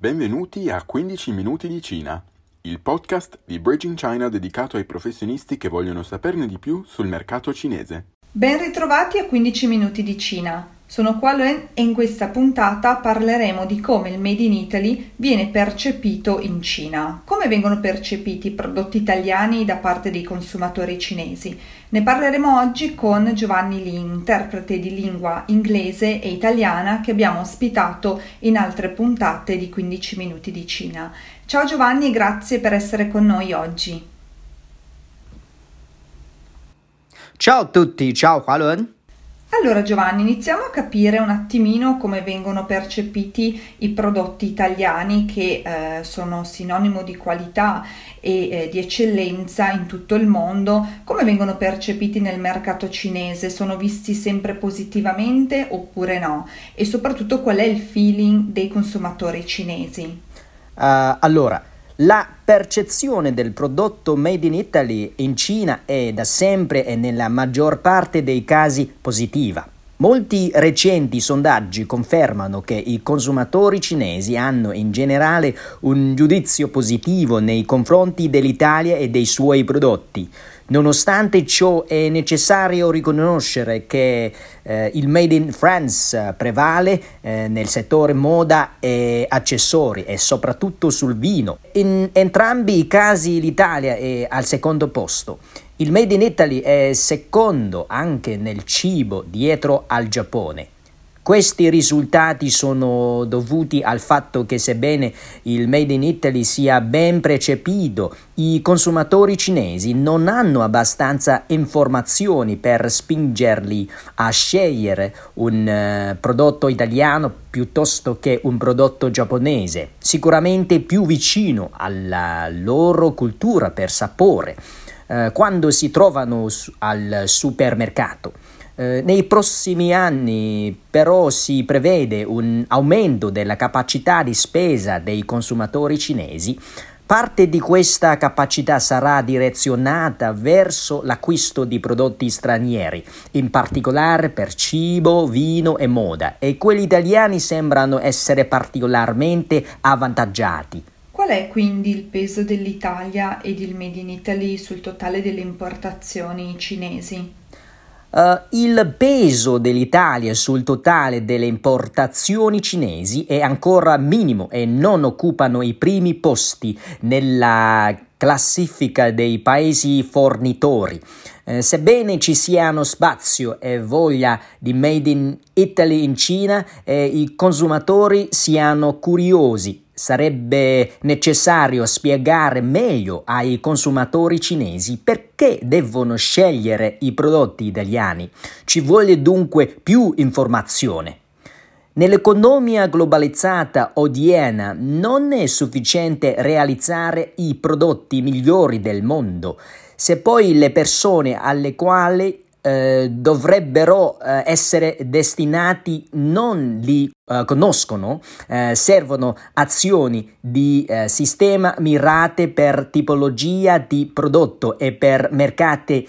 Benvenuti a 15 minuti di Cina, il podcast di Bridging China dedicato ai professionisti che vogliono saperne di più sul mercato cinese. Ben ritrovati a 15 minuti di Cina. Sono Hua Luan e in questa puntata parleremo di come il Made in Italy viene percepito in Cina. Come vengono percepiti i prodotti italiani da parte dei consumatori cinesi? Ne parleremo oggi con Giovanni Li, interprete di lingua inglese e italiana che abbiamo ospitato in altre puntate di 15 minuti di Cina. Ciao Giovanni e grazie per essere con noi oggi. Ciao a tutti, ciao Hua Luan. Allora Giovanni, iniziamo a capire un attimino come vengono percepiti i prodotti italiani che sono sinonimo di qualità e di eccellenza in tutto il mondo. Come vengono percepiti nel mercato cinese? Sono visti sempre positivamente oppure no? E soprattutto qual è il feeling dei consumatori cinesi? La percezione del prodotto Made in Italy in Cina è da sempre e nella maggior parte dei casi positiva. Molti recenti sondaggi confermano che i consumatori cinesi hanno in generale un giudizio positivo nei confronti dell'Italia e dei suoi prodotti. Nonostante ciò è necessario riconoscere che il Made in France prevale nel settore moda e accessori e soprattutto sul vino. In entrambi i casi l'Italia è al secondo posto. Il Made in Italy è secondo anche nel cibo dietro al Giappone. Questi risultati sono dovuti al fatto che sebbene il Made in Italy sia ben percepito, i consumatori cinesi non hanno abbastanza informazioni per spingerli a scegliere un prodotto italiano piuttosto che un prodotto giapponese, sicuramente più vicino alla loro cultura per sapore, quando si trovano al supermercato. Nei prossimi anni però si prevede un aumento della capacità di spesa dei consumatori cinesi. Parte di questa capacità sarà direzionata verso l'acquisto di prodotti stranieri, in particolare per cibo, vino e moda, e quelli italiani sembrano essere particolarmente avvantaggiati. Qual è quindi il peso dell'Italia ed il Made in Italy sul totale delle importazioni cinesi? Il peso dell'Italia sul totale delle importazioni cinesi è ancora minimo e non occupano i primi posti nella classifica dei paesi fornitori. Sebbene ci siano spazio e voglia di Made in Italy in Cina, i consumatori siano curiosi. Sarebbe necessario spiegare meglio ai consumatori cinesi perché devono scegliere i prodotti italiani. Ci vuole dunque più informazione. Nell'economia globalizzata odierna non è sufficiente realizzare i prodotti migliori del mondo, se poi le persone alle quali dovrebbero essere destinati non li conoscono, servono azioni di sistema mirate per tipologia di prodotto e per mercati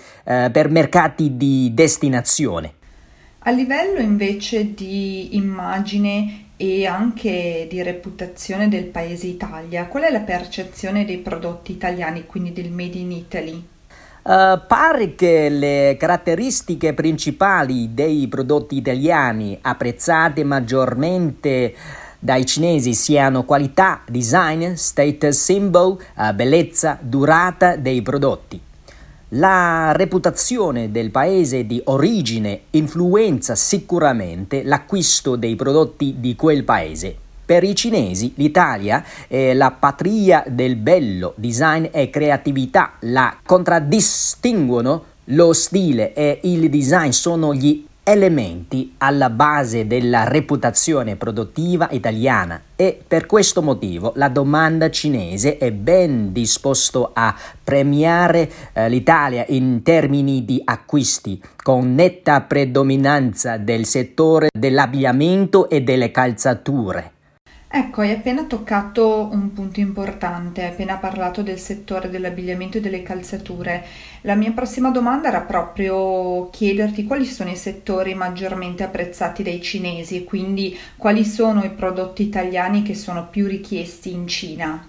di destinazione. A livello invece di immagine e anche di reputazione del paese Italia, qual è la percezione dei prodotti italiani, quindi del Made in Italy? Pare che le caratteristiche principali dei prodotti italiani apprezzate maggiormente dai cinesi siano qualità, design, status symbol, bellezza, durata dei prodotti. La reputazione del paese di origine influenza sicuramente l'acquisto dei prodotti di quel paese. Per i cinesi l'Italia è la patria del bello, design e creatività. La contraddistinguono lo stile e il design sono gli elementi alla base della reputazione produttiva italiana e per questo motivo la domanda cinese è ben disposto a premiare l'Italia in termini di acquisti, con netta predominanza del settore dell'abbigliamento e delle calzature. Ecco, hai appena toccato un punto importante, hai appena parlato del settore dell'abbigliamento e delle calzature. La mia prossima domanda era proprio chiederti quali sono i settori maggiormente apprezzati dai cinesi e quindi quali sono i prodotti italiani che sono più richiesti in Cina.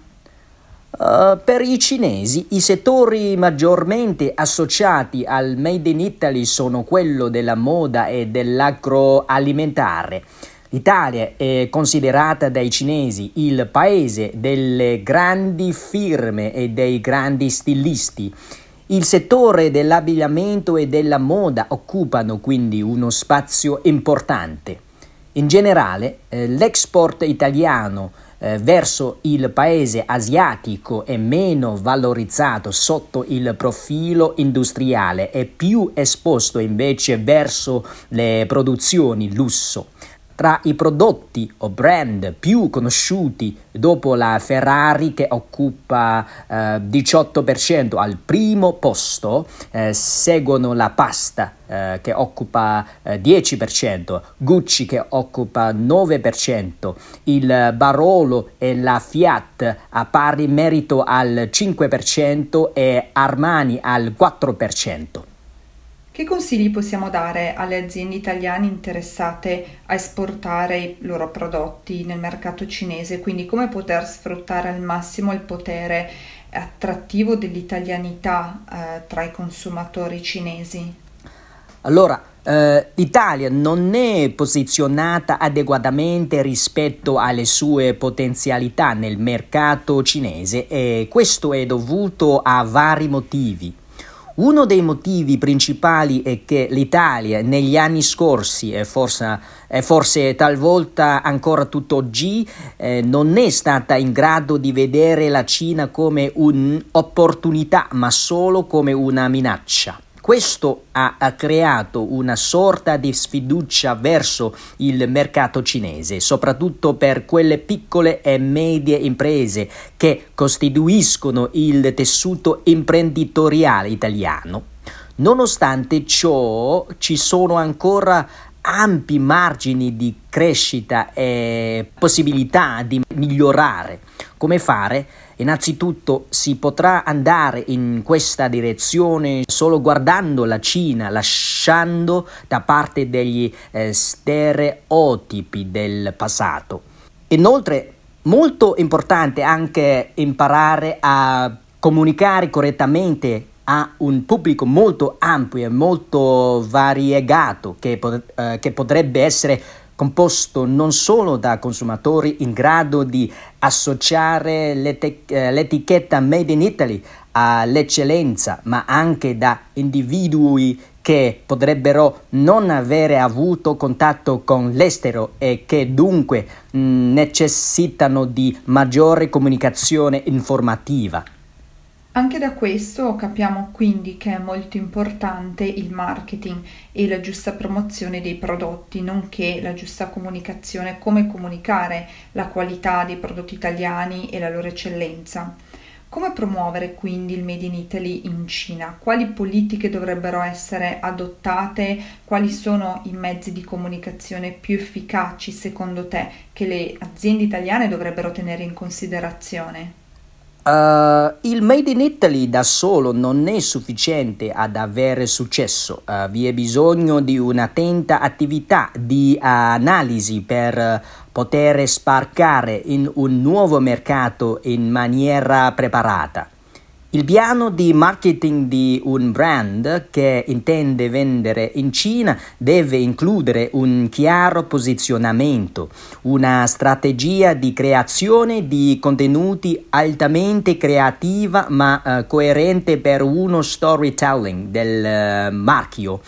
Per i cinesi i settori maggiormente associati al Made in Italy sono quello della moda e dell'agroalimentare. L'Italia è considerata dai cinesi il paese delle grandi firme e dei grandi stilisti. Il settore dell'abbigliamento e della moda occupano quindi uno spazio importante. In generale, l'export italiano verso il paese asiatico è meno valorizzato sotto il profilo industriale e più esposto invece verso le produzioni lusso. Tra i prodotti o brand più conosciuti dopo la Ferrari che occupa 18% al primo posto, seguono la pasta che occupa 10%, Gucci che occupa 9%, il Barolo e la Fiat a pari merito al 5% e Armani al 4%. Che consigli possiamo dare alle aziende italiane interessate a esportare i loro prodotti nel mercato cinese? Quindi come poter sfruttare al massimo il potere attrattivo dell'italianità tra i consumatori cinesi? Allora, l'Italia non è posizionata adeguatamente rispetto alle sue potenzialità nel mercato cinese e questo è dovuto a vari motivi. Uno dei motivi principali è che l'Italia negli anni scorsi e forse talvolta ancora tutt'oggi non è stata in grado di vedere la Cina come un'opportunità ma solo come una minaccia. Questo ha creato una sorta di sfiducia verso il mercato cinese, soprattutto per quelle piccole e medie imprese che costituiscono il tessuto imprenditoriale italiano. Nonostante ciò, ci sono ancora ampi margini di crescita e possibilità di migliorare. Come fare? Innanzitutto si potrà andare in questa direzione solo guardando la Cina, lasciando da parte degli stereotipi del passato. Inoltre, molto importante anche imparare a comunicare correttamente a un pubblico molto ampio e molto variegato che potrebbe essere composto non solo da consumatori in grado di associare l'etichetta Made in Italy all'eccellenza, ma anche da individui che potrebbero non avere avuto contatto con l'estero e che dunque necessitano di maggiore comunicazione informativa. Anche da questo capiamo quindi che è molto importante il marketing e la giusta promozione dei prodotti, nonché la giusta comunicazione, come comunicare la qualità dei prodotti italiani e la loro eccellenza. Come promuovere quindi il Made in Italy in Cina? Quali politiche dovrebbero essere adottate? Quali sono i mezzi di comunicazione più efficaci secondo te che le aziende italiane dovrebbero tenere in considerazione? Il Made in Italy da solo non è sufficiente ad avere successo, vi è bisogno di un'attenta attività di analisi per poter sbarcare in un nuovo mercato in maniera preparata. Il piano di marketing di un brand che intende vendere in Cina deve includere un chiaro posizionamento, una strategia di creazione di contenuti altamente creativa ma coerente per uno storytelling del marchio.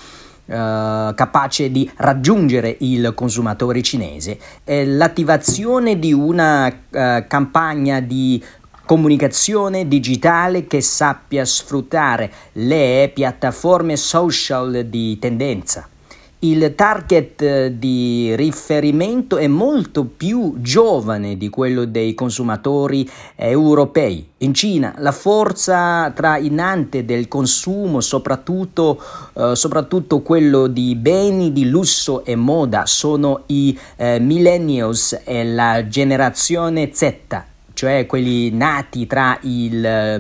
Capace di raggiungere il consumatore cinese, l'attivazione di una campagna di comunicazione digitale che sappia sfruttare le piattaforme social di tendenza. Il target di riferimento è molto più giovane di quello dei consumatori europei. In Cina la forza trainante del consumo, soprattutto quello di beni di lusso e moda, sono i millennials e la generazione Z, cioè quelli nati tra il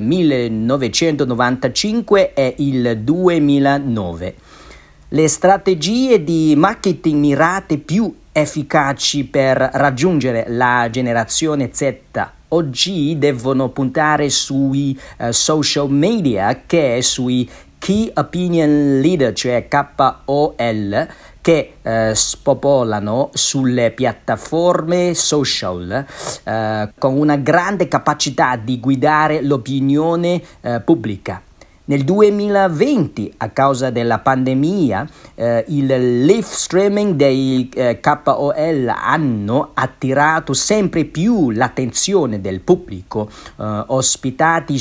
1995 e il 2009. Le strategie di marketing mirate più efficaci per raggiungere la generazione Z oggi devono puntare sui social media che sui Key Opinion Leader, cioè KOL, che spopolano sulle piattaforme social con una grande capacità di guidare l'opinione pubblica. Nel 2020, a causa della pandemia, il live streaming dei KOL hanno attirato sempre più l'attenzione del pubblico, ospitati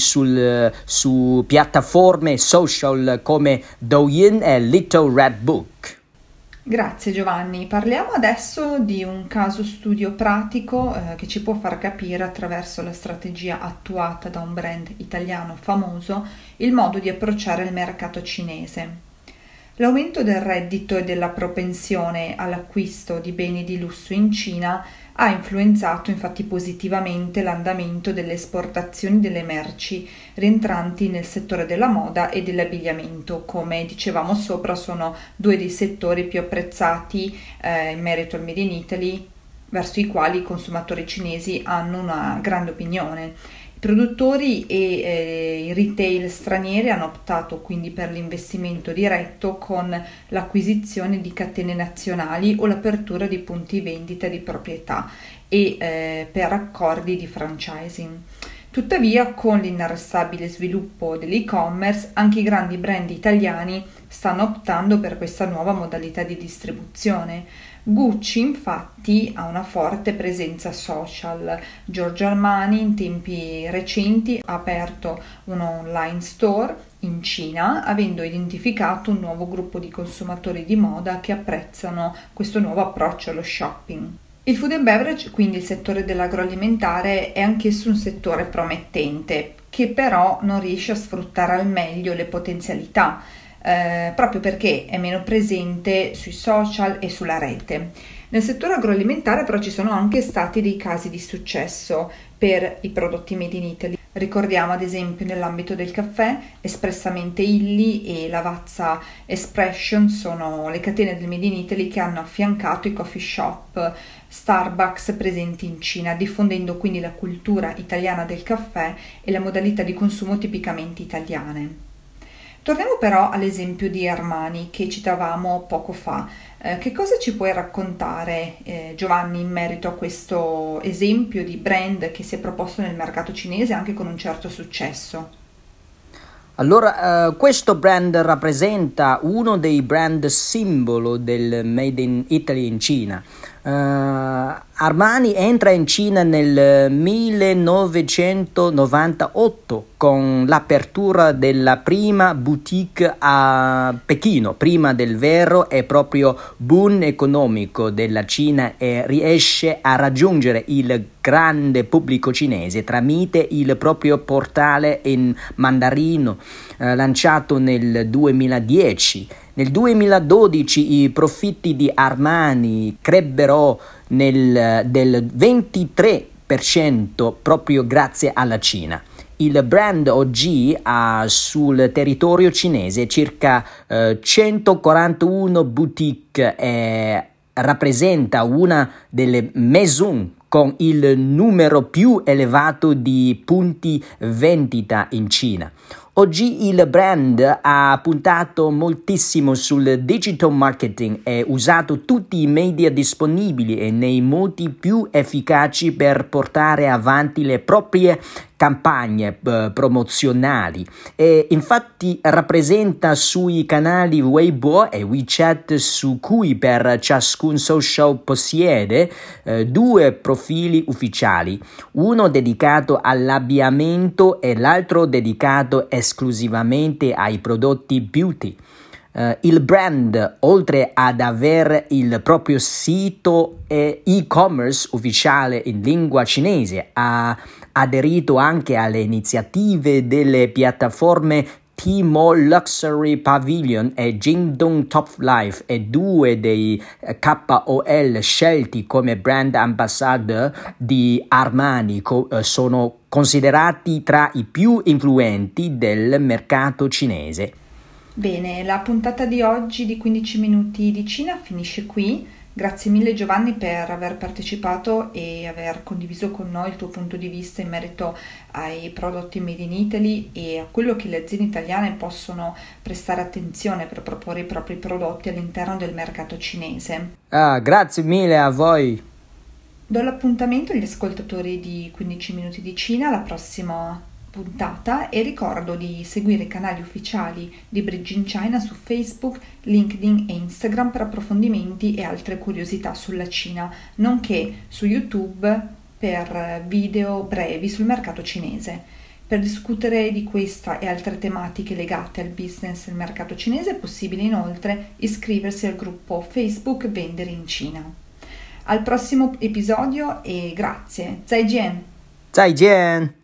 su piattaforme social come Douyin e Little Red Book. Grazie Giovanni, parliamo adesso di un caso studio pratico che ci può far capire attraverso la strategia attuata da un brand italiano famoso il modo di approcciare il mercato cinese. L'aumento del reddito e della propensione all'acquisto di beni di lusso in Cina ha influenzato infatti positivamente l'andamento delle esportazioni delle merci rientranti nel settore della moda e dell'abbigliamento. Come dicevamo sopra, sono due dei settori più apprezzati in merito al Made in Italy, verso i quali i consumatori cinesi hanno una grande opinione. I produttori e i retail stranieri hanno optato quindi per l'investimento diretto con l'acquisizione di catene nazionali o l'apertura di punti vendita di proprietà e per accordi di franchising. Tuttavia, con l'inarrestabile sviluppo dell'e-commerce, anche i grandi brand italiani stanno optando per questa nuova modalità di distribuzione. Gucci infatti ha una forte presenza social. Giorgio Armani in tempi recenti ha aperto un online store in Cina, avendo identificato un nuovo gruppo di consumatori di moda che apprezzano questo nuovo approccio allo shopping. Il food and beverage, quindi il settore dell'agroalimentare, è anch'esso un settore promettente, che però non riesce a sfruttare al meglio le potenzialità, proprio perché è meno presente sui social e sulla rete. Nel settore agroalimentare però ci sono anche stati dei casi di successo per i prodotti made in Italy. Ricordiamo ad esempio nell'ambito del caffè, espressamente Illy e Lavazza Espression sono le catene del Made in Italy che hanno affiancato i coffee shop Starbucks presenti in Cina, diffondendo quindi la cultura italiana del caffè e le modalità di consumo tipicamente italiane. Torniamo però all'esempio di Armani che citavamo poco fa. Che cosa ci puoi raccontare, Giovanni, in merito a questo esempio di brand che si è proposto nel mercato cinese anche con un certo successo? Allora, questo brand rappresenta uno dei brand simbolo del Made in Italy in Cina. Armani entra in Cina nel 1998 con l'apertura della prima boutique a Pechino, prima del vero e proprio boom economico della Cina, e riesce a raggiungere il grande pubblico cinese tramite il proprio portale in mandarino lanciato nel 2010. Nel 2012 i profitti di Armani crebbero del 23% proprio grazie alla Cina. Il brand oggi ha sul territorio cinese circa 141 boutique e rappresenta una delle maison con il numero più elevato di punti vendita in Cina. Oggi il brand ha puntato moltissimo sul digital marketing e usato tutti i media disponibili e nei modi più efficaci per portare avanti le proprie campagne promozionali, e infatti rappresenta sui canali Weibo e WeChat, su cui per ciascun social possiede 2 profili ufficiali, uno dedicato all'abbigliamento e l'altro dedicato esclusivamente ai prodotti beauty. Il brand, oltre ad avere il proprio sito e-commerce ufficiale in lingua cinese, ha aderito anche alle iniziative delle piattaforme Tmall Luxury Pavilion e Jingdong Top Life, e due dei KOL scelti come brand ambassador di Armani sono considerati tra i più influenti del mercato cinese. Bene, la puntata di oggi di 15 minuti di Cina finisce qui. Grazie mille Giovanni per aver partecipato e aver condiviso con noi il tuo punto di vista in merito ai prodotti made in Italy e a quello che le aziende italiane possono prestare attenzione per proporre i propri prodotti all'interno del mercato cinese. Grazie mille a voi. Do l'appuntamento agli ascoltatori di 15 minuti di Cina alla prossima puntata e ricordo di seguire i canali ufficiali di Bridging China su Facebook, LinkedIn e Instagram per approfondimenti e altre curiosità sulla Cina, nonché su YouTube per video brevi sul mercato cinese. Per discutere di questa e altre tematiche legate al business e al mercato cinese è possibile inoltre iscriversi al gruppo Facebook Vendere in Cina. Al prossimo episodio e grazie. 再见. 再见.